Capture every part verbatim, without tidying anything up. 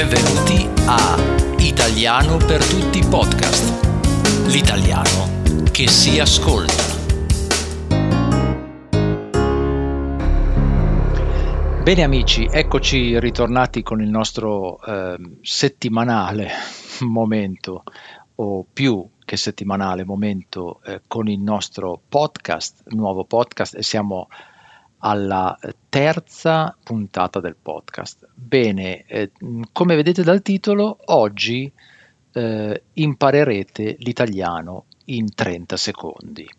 Benvenuti a Italiano per Tutti podcast, l'italiano che si ascolta. Bene amici, eccoci ritornati con il nostro eh, settimanale momento, o più che settimanale momento, eh, con il nostro podcast, nuovo podcast, e siamo alla terza puntata del podcast. Bene, eh, come vedete dal titolo, oggi eh, imparerete l'italiano in trenta secondi.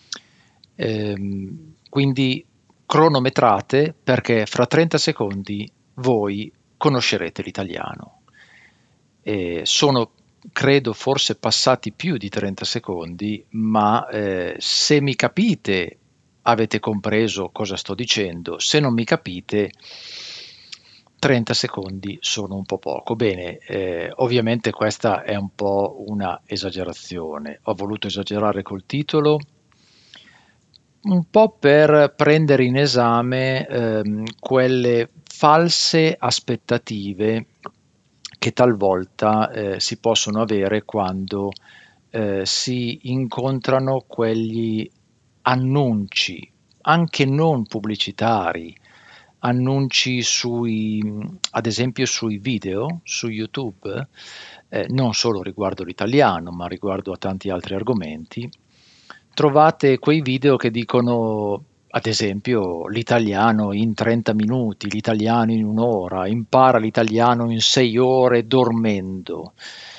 Ehm, quindi cronometrate, perché fra trenta secondi voi conoscerete l'italiano. Eh, sono, credo, forse passati più di trenta secondi, ma eh, se mi capite avete compreso cosa sto dicendo, se non mi capite trenta secondi sono un po' poco. Bene, eh, ovviamente questa è un po' una esagerazione, ho voluto esagerare col titolo un po' per prendere in esame ehm, quelle false aspettative che talvolta eh, si possono avere quando eh, si incontrano quegli annunci, anche non pubblicitari, annunci sui, ad esempio sui video, su YouTube, eh, non solo riguardo l'italiano, ma riguardo a tanti altri argomenti. Trovate quei video che dicono, ad esempio, l'italiano in trenta minuti, l'italiano in un'ora, impara l'italiano in sei ore dormendo.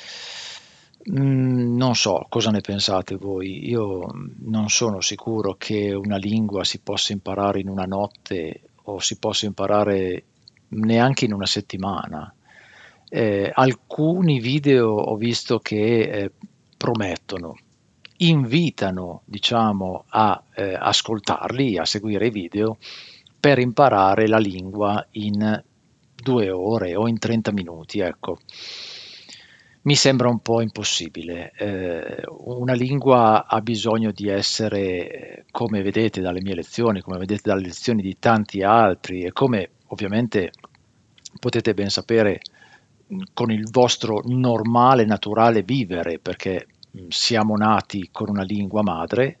Mm, non so cosa ne pensate voi, io non sono sicuro che una lingua si possa imparare in una notte o si possa imparare neanche in una settimana. Eh, alcuni video ho visto che eh, promettono, invitano, diciamo, a eh, ascoltarli, a seguire i video per imparare la lingua in due ore o in trenta minuti, ecco. Mi sembra un po' impossibile. Eh, una lingua ha bisogno di essere, come vedete dalle mie lezioni, come vedete dalle lezioni di tanti altri e come ovviamente potete ben sapere con il vostro normale, naturale vivere, perché siamo nati con una lingua madre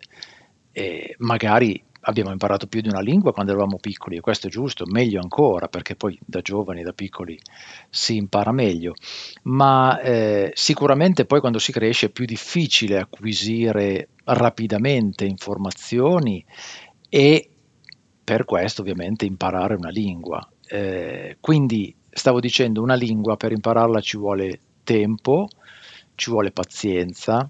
e magari abbiamo imparato più di una lingua quando eravamo piccoli e questo è giusto, meglio ancora, perché poi da giovani, da piccoli si impara meglio, ma eh, sicuramente poi quando si cresce è più difficile acquisire rapidamente informazioni e per questo ovviamente imparare una lingua. Eh, quindi stavo dicendo, una lingua per impararla ci vuole tempo, ci vuole pazienza,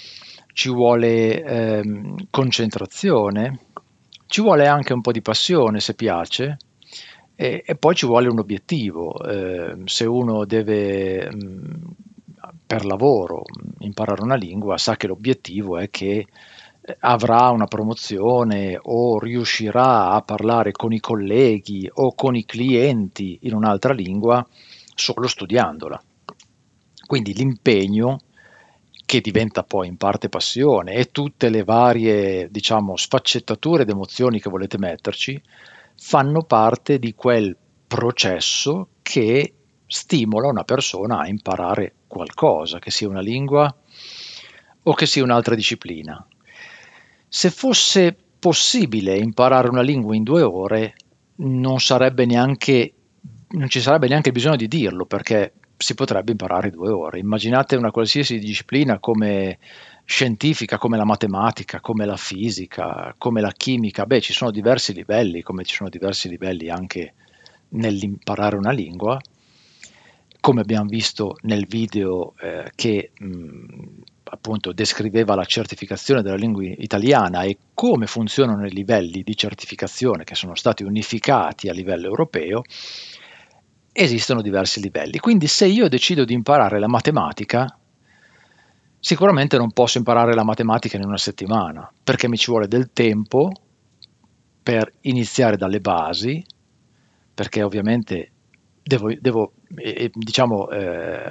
ci vuole ehm, concentrazione, ci vuole anche un po' di passione se piace e, e poi ci vuole un obiettivo. Eh, se uno deve mh, per lavoro imparare una lingua, sa che l'obiettivo è che eh, avrà una promozione o riuscirà a parlare con i colleghi o con i clienti in un'altra lingua solo studiandola. Quindi l'impegno, che diventa poi in parte passione, e tutte le varie, diciamo, sfaccettature ed emozioni che volete metterci, fanno parte di quel processo che stimola una persona a imparare qualcosa, che sia una lingua o che sia un'altra disciplina. Se fosse possibile imparare una lingua in due ore, non sarebbe neanche, non ci sarebbe neanche bisogno di dirlo, perché si potrebbe imparare in due ore. Immaginate una qualsiasi disciplina come scientifica, come la matematica, come la fisica, come la chimica. Beh, ci sono diversi livelli, come ci sono diversi livelli anche nell'imparare una lingua, come abbiamo visto nel video eh, che mh, appunto descriveva la certificazione della lingua italiana e come funzionano i livelli di certificazione che sono stati unificati a livello europeo. Esistono diversi livelli, quindi se io decido di imparare la matematica, sicuramente non posso imparare la matematica in una settimana, perché mi ci vuole del tempo per iniziare dalle basi, perché ovviamente devo, devo eh, diciamo, eh,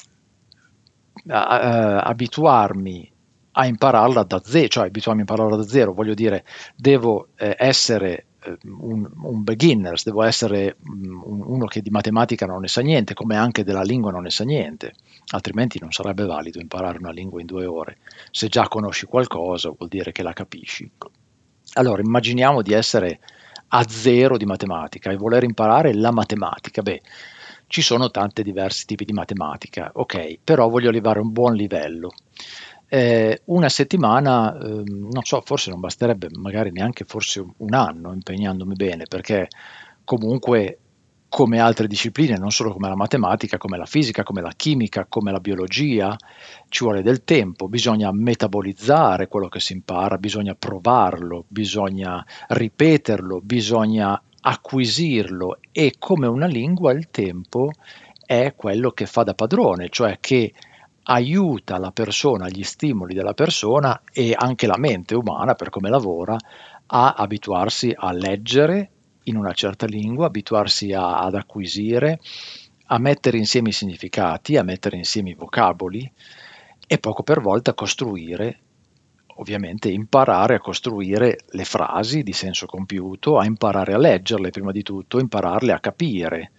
a- a- abituarmi a impararla da zero, cioè abituarmi a impararla da zero, voglio dire, devo eh, essere eh, un, un beginner, devo essere um, uno che di matematica non ne sa niente, come anche della lingua non ne sa niente, altrimenti non sarebbe valido imparare una lingua in due ore. Se già conosci qualcosa vuol dire che la capisci. Allora, immaginiamo di essere a zero di matematica e voler imparare la matematica. Beh, ci sono tanti diversi tipi di matematica, ok, però voglio arrivare a un buon livello. Eh, una settimana, ehm, non so, forse non basterebbe, magari neanche forse un anno impegnandomi bene, perché comunque come altre discipline, non solo come la matematica, come la fisica, come la chimica, come la biologia, ci vuole del tempo, bisogna metabolizzare quello che si impara, bisogna provarlo, bisogna ripeterlo, bisogna acquisirlo e come una lingua il tempo è quello che fa da padrone, cioè che aiuta la persona, gli stimoli della persona e anche la mente umana, per come lavora, a abituarsi a leggere in una certa lingua, abituarsi a, ad acquisire, a mettere insieme i significati, a mettere insieme i vocaboli e poco per volta costruire, ovviamente imparare a costruire le frasi di senso compiuto, a imparare a leggerle prima di tutto, impararle a capire.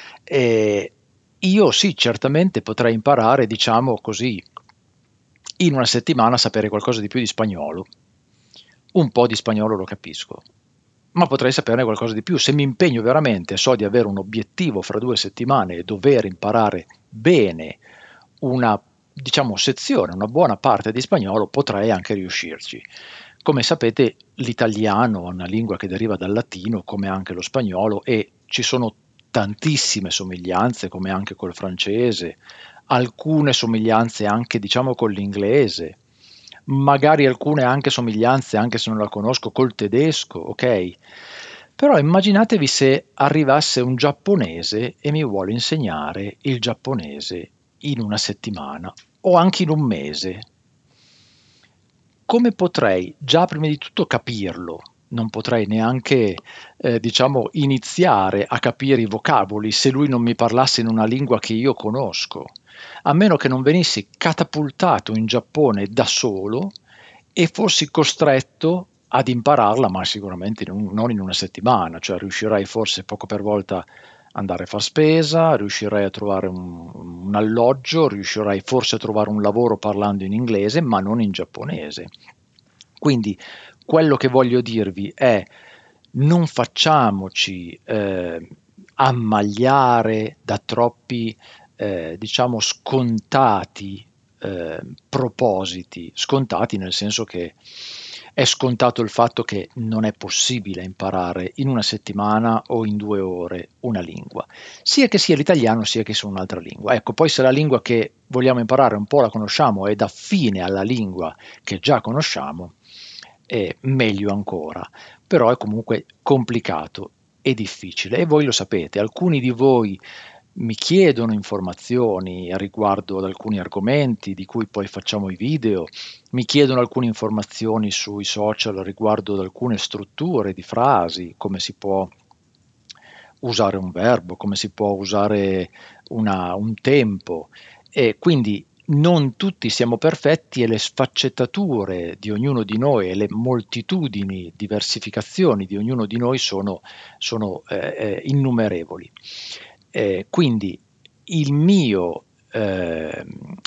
E io sì, certamente potrei imparare, diciamo così, in una settimana a sapere qualcosa di più di spagnolo. Un po' di spagnolo lo capisco, ma potrei saperne qualcosa di più. Se mi impegno veramente, so di avere un obiettivo fra due settimane e dover imparare bene una, diciamo, sezione, una buona parte di spagnolo, potrei anche riuscirci. Come sapete, l'italiano è una lingua che deriva dal latino, come anche lo spagnolo, e ci sono tantissime somiglianze, come anche col francese, alcune somiglianze anche, diciamo, con l'inglese, magari alcune anche somiglianze, anche se non la conosco, col tedesco, ok? Però immaginatevi se arrivasse un giapponese e mi vuole insegnare il giapponese in una settimana o anche in un mese. Come potrei già prima di tutto capirlo? Non potrei neanche, eh, diciamo, iniziare a capire i vocaboli se lui non mi parlasse in una lingua che io conosco, a meno che non venissi catapultato in Giappone da solo e fossi costretto ad impararla, ma sicuramente non non in una settimana, cioè riuscirei forse poco per volta andare a far spesa, riuscirei a trovare un, un alloggio, riuscirei forse a trovare un lavoro parlando in inglese, ma non in giapponese. Quindi quello che voglio dirvi è non facciamoci eh, ammagliare da troppi, eh, diciamo, scontati eh, propositi, scontati nel senso che è scontato il fatto che non è possibile imparare in una settimana o in due ore una lingua, sia che sia l'italiano sia che sia un'altra lingua. Ecco, poi se la lingua che vogliamo imparare un po' la conosciamo ed affine alla lingua che già conosciamo, è meglio ancora, però è comunque complicato e difficile e voi lo sapete, alcuni di voi mi chiedono informazioni a riguardo ad alcuni argomenti di cui poi facciamo i video, mi chiedono alcune informazioni sui social riguardo ad alcune strutture di frasi, come si può usare un verbo, come si può usare una, un tempo e quindi non tutti siamo perfetti e le sfaccettature di ognuno di noi e le moltitudini, diversificazioni di ognuno di noi sono, sono eh, innumerevoli. Eh, quindi il mio eh,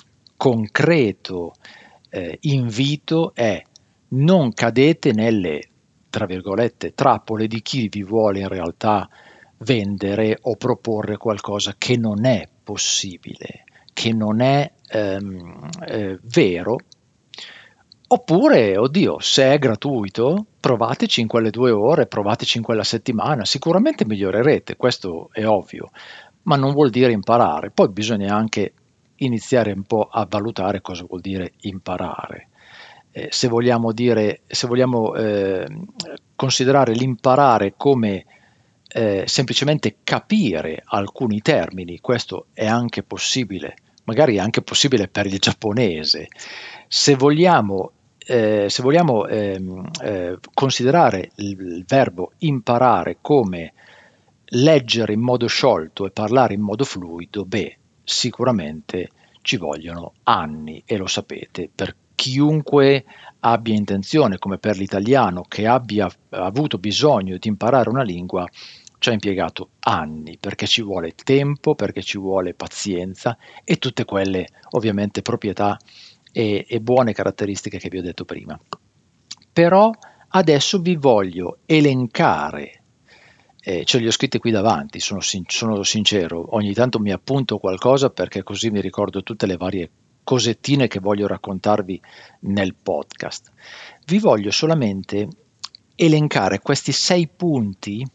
concreto eh, invito è non cadete nelle, tra virgolette, trappole di chi vi vuole in realtà vendere o proporre qualcosa che non è possibile, che non è ehm, eh, vero. Oppure, oddio, se è gratuito, provateci in quelle due ore, provateci in quella settimana, sicuramente migliorerete, questo è ovvio, ma non vuol dire imparare. Poi bisogna anche iniziare un po' a valutare cosa vuol dire imparare. Eh, se vogliamo dire, se vogliamo eh, considerare l'imparare come eh, semplicemente capire alcuni termini, questo è anche possibile, magari è anche possibile per il giapponese. Se vogliamo eh, se vogliamo ehm, eh, considerare il, il verbo imparare come leggere in modo sciolto e parlare in modo fluido, beh, sicuramente ci vogliono anni e lo sapete per chi chiunque abbia intenzione, come per l'italiano, che abbia avuto bisogno di imparare una lingua, ci ha impiegato anni, perché ci vuole tempo, perché ci vuole pazienza e tutte quelle ovviamente proprietà e, e buone caratteristiche che vi ho detto prima. Però adesso vi voglio elencare, eh, ce li ho scritti qui davanti, sono, sin- sono sincero, ogni tanto mi appunto qualcosa perché così mi ricordo tutte le varie cosettine che voglio raccontarvi nel podcast. Vi voglio solamente elencare questi sei punti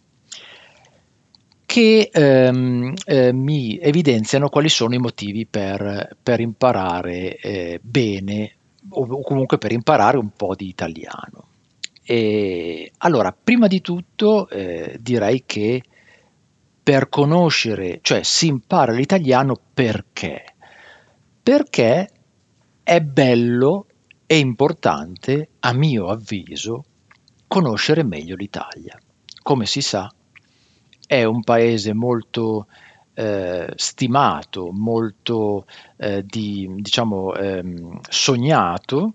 che ehm, eh, mi evidenziano quali sono i motivi per, per imparare eh, bene o, o comunque per imparare un po' di italiano. E, allora, prima di tutto eh, direi che per conoscere, cioè si impara l'italiano perché? Perché è bello e importante, a mio avviso, conoscere meglio l'Italia. Come si sa, è un paese molto eh, stimato, molto eh, di, diciamo, ehm, sognato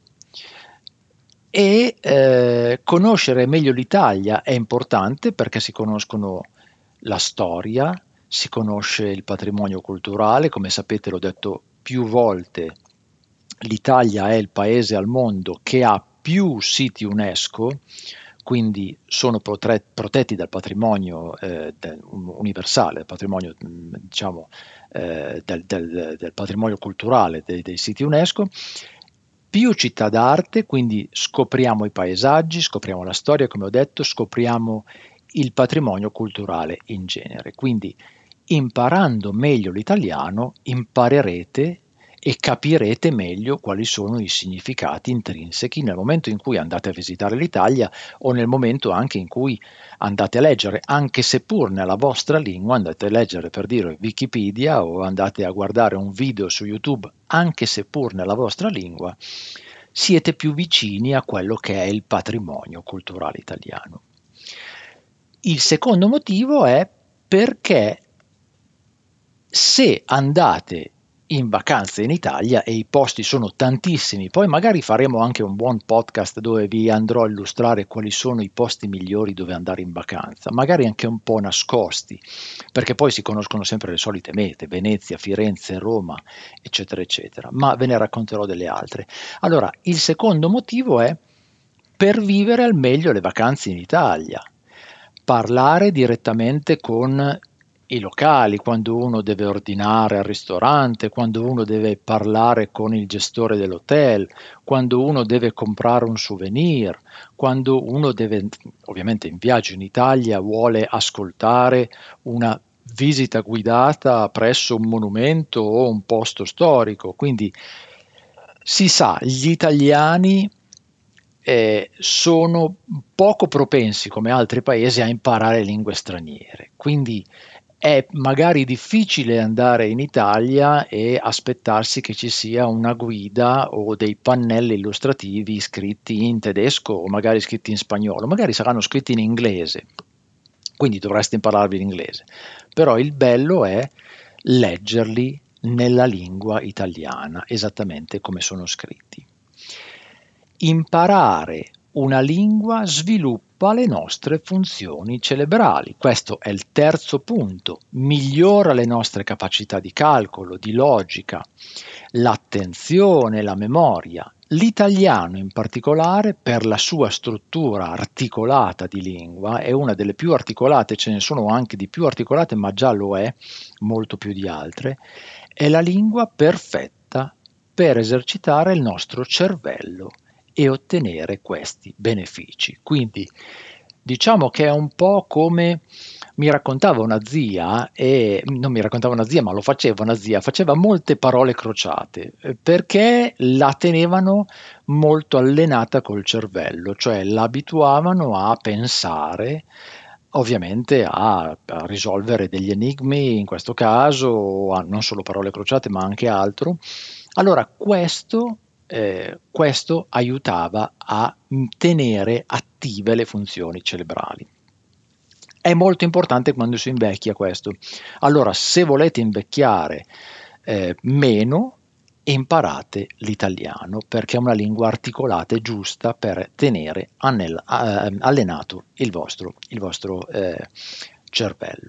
e eh, conoscere meglio l'Italia è importante perché si conoscono la storia, si conosce il patrimonio culturale, come sapete l'ho detto più volte, l'Italia è il paese al mondo che ha più siti UNESCO, quindi sono protre- protetti dal patrimonio eh, del- universale, il patrimonio, mh, diciamo, eh, del, del- del patrimonio culturale dei, dei siti UNESCO, più città d'arte, quindi scopriamo i paesaggi, scopriamo la storia, come ho detto, scopriamo il patrimonio culturale in genere. Quindi imparando meglio l'italiano imparerete e capirete meglio quali sono i significati intrinseci nel momento in cui andate a visitare l'Italia o nel momento anche in cui andate a leggere, anche se pur nella vostra lingua andate a leggere per dire Wikipedia o andate a guardare un video su YouTube, anche se pur nella vostra lingua, siete più vicini a quello che è il patrimonio culturale italiano. Il secondo motivo è perché se andate in vacanza in Italia e i posti sono tantissimi, poi magari faremo anche un buon podcast dove vi andrò a illustrare quali sono i posti migliori dove andare in vacanza, magari anche un po' nascosti, perché poi si conoscono sempre le solite mete, Venezia, Firenze, Roma, eccetera, eccetera, ma ve ne racconterò delle altre. Allora, il secondo motivo è per vivere al meglio le vacanze in Italia, parlare direttamente con i locali, quando uno deve ordinare al ristorante, quando uno deve parlare con il gestore dell'hotel, quando uno deve comprare un souvenir, quando uno deve, ovviamente in viaggio in Italia, vuole ascoltare una visita guidata presso un monumento o un posto storico. Quindi si sa, gli italiani eh, sono poco propensi come altri paesi a imparare lingue straniere, quindi è magari difficile andare in Italia e aspettarsi che ci sia una guida o dei pannelli illustrativi scritti in tedesco o magari scritti in spagnolo, magari saranno scritti in inglese, quindi dovreste impararvi l'inglese, però il bello è leggerli nella lingua italiana, esattamente come sono scritti. Imparare una lingua sviluppa le nostre funzioni cerebrali. Questo è il terzo punto. Migliora le nostre capacità di calcolo, di logica, l'attenzione, la memoria. L'italiano in particolare, per la sua struttura articolata di lingua, è una delle più articolate, ce ne sono anche di più articolate, ma già lo è, molto più di altre, è la lingua perfetta per esercitare il nostro cervello e ottenere questi benefici. Quindi diciamo che è un po' come mi raccontava una zia, e non mi raccontava una zia, ma lo faceva una zia, faceva molte parole crociate eh, perché la tenevano molto allenata col cervello, cioè l'abituavano a pensare, ovviamente a, a risolvere degli enigmi, in questo caso, a non solo parole crociate, ma anche altro. Allora, questo eh, questo aiutava a tenere attive le funzioni cerebrali. È molto importante quando si invecchia questo. Allora, se volete invecchiare eh, meno, e imparate l'italiano, perché è una lingua articolata e giusta per tenere anel, eh, allenato il vostro, il vostro eh, cervello.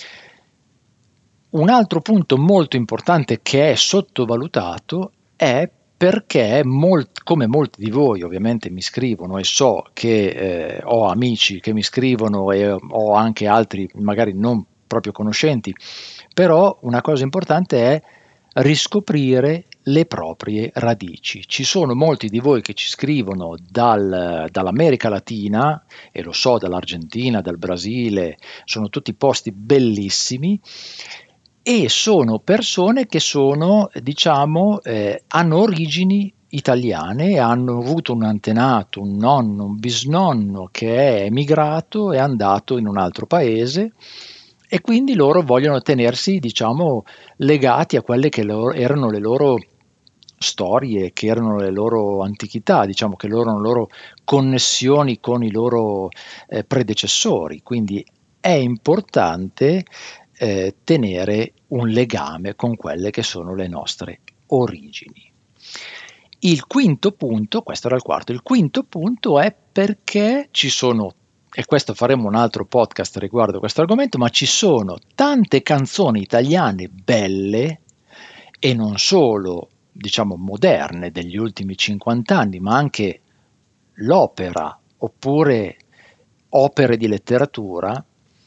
Un altro punto molto importante che è sottovalutato è perché, molt, come molti di voi ovviamente mi scrivono, e so che eh, ho amici che mi scrivono e ho anche altri magari non proprio conoscenti, però una cosa importante è riscoprire le proprie radici. Ci sono molti di voi che ci scrivono dal, dall'America Latina, e lo so, dall'Argentina, dal Brasile, sono tutti posti bellissimi, e sono persone che sono, diciamo, eh, hanno origini italiane, hanno avuto un antenato, un nonno, un bisnonno che è emigrato, è andato in un altro paese, e quindi loro vogliono tenersi, diciamo, legati a quelle che loro, erano le loro storie, che erano le loro antichità, diciamo che loro erano le loro connessioni con i loro eh, predecessori. Quindi è importante eh, tenere un legame con quelle che sono le nostre origini. Il quinto punto, questo era il quarto, il quinto punto è perché ci sono, e questo faremo un altro podcast riguardo questo argomento, ma ci sono tante canzoni italiane belle, e non solo, diciamo, moderne degli ultimi cinquanta anni, ma anche l'opera oppure opere di letteratura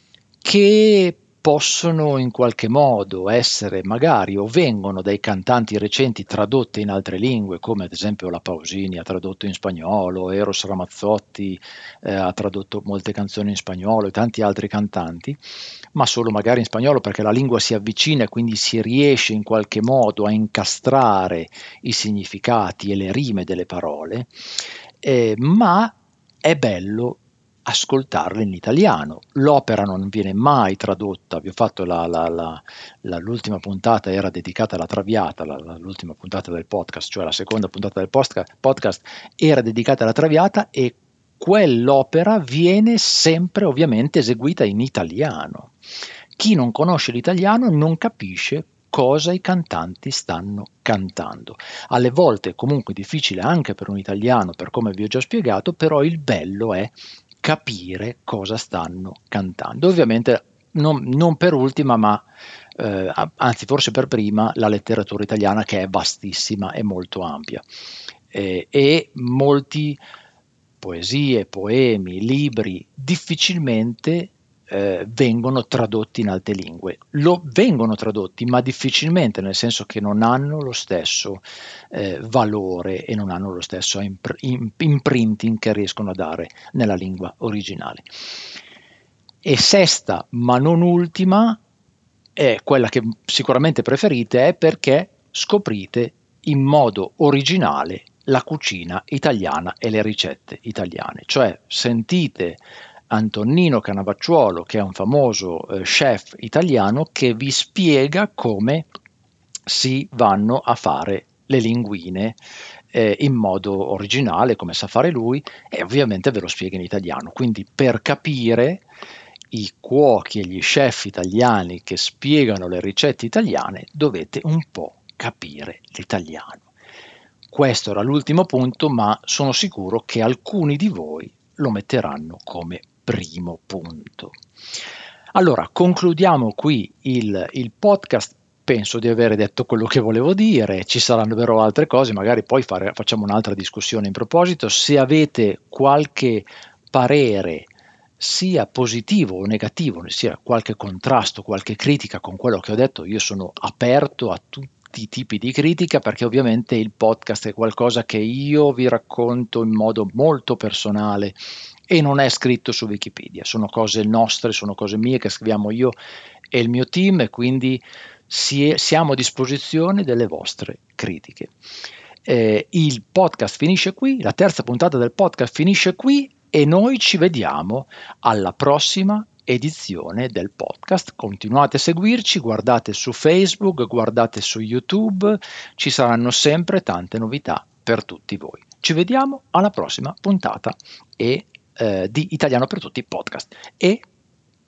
che possono in qualche modo essere magari o vengono dai cantanti recenti tradotte in altre lingue, come ad esempio la Pausini ha tradotto in spagnolo, Eros Ramazzotti eh, ha tradotto molte canzoni in spagnolo e tanti altri cantanti, ma solo magari in spagnolo perché la lingua si avvicina e quindi si riesce in qualche modo a incastrare i significati e le rime delle parole, eh, ma è bello ascoltarle in italiano. L'opera non viene mai tradotta, vi ho fatto la, la, la, la, l'ultima puntata era dedicata alla Traviata, la, la, l'ultima puntata del podcast, cioè la seconda puntata del podcast, podcast era dedicata alla Traviata, e quell'opera viene sempre ovviamente eseguita in italiano. Chi non conosce l'italiano non capisce cosa i cantanti stanno cantando. Alle volte è comunque difficile anche per un italiano, per come vi ho già spiegato, però il bello è capire cosa stanno cantando. Ovviamente non, non per ultima, ma eh, anzi forse per prima, la letteratura italiana, che è vastissima e molto ampia, eh, e molti poesie, poemi, libri difficilmente eh, vengono tradotti in altre lingue. Lo vengono tradotti, ma difficilmente, nel senso che non hanno lo stesso eh, valore e non hanno lo stesso impr- imprinting che riescono a dare nella lingua originale. E sesta, ma non ultima, è quella che sicuramente preferite, è perché scoprite in modo originale la cucina italiana e le ricette italiane. Cioè sentite Antonino Cannavacciuolo, che è un famoso eh, chef italiano, che vi spiega come si vanno a fare le linguine eh, in modo originale, come sa fare lui, e ovviamente ve lo spiega in italiano. Quindi per capire i cuochi e gli chef italiani che spiegano le ricette italiane dovete un po' capire l'italiano. Questo era l'ultimo punto, ma sono sicuro che alcuni di voi lo metteranno come primo punto. Allora, concludiamo qui il, il podcast. Penso di aver detto quello che volevo dire, ci saranno però altre cose, magari poi fare, facciamo un'altra discussione in proposito. Se avete qualche parere, sia positivo o negativo, sia qualche contrasto, qualche critica con quello che ho detto, io sono aperto a tutti i tipi di critica, perché ovviamente il podcast è qualcosa che io vi racconto in modo molto personale e non è scritto su Wikipedia, sono cose nostre, sono cose mie che scriviamo io e il mio team, e quindi si è, siamo a disposizione delle vostre critiche. Eh, il podcast finisce qui, la terza puntata del podcast finisce qui, e noi ci vediamo alla prossima edizione del podcast. Continuate a seguirci, guardate su Facebook, guardate su YouTube, ci saranno sempre tante novità per tutti voi. Ci vediamo alla prossima puntata e, eh, di Italiano per Tutti podcast. E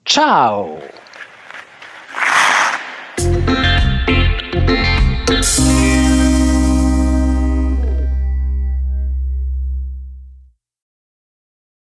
ciao!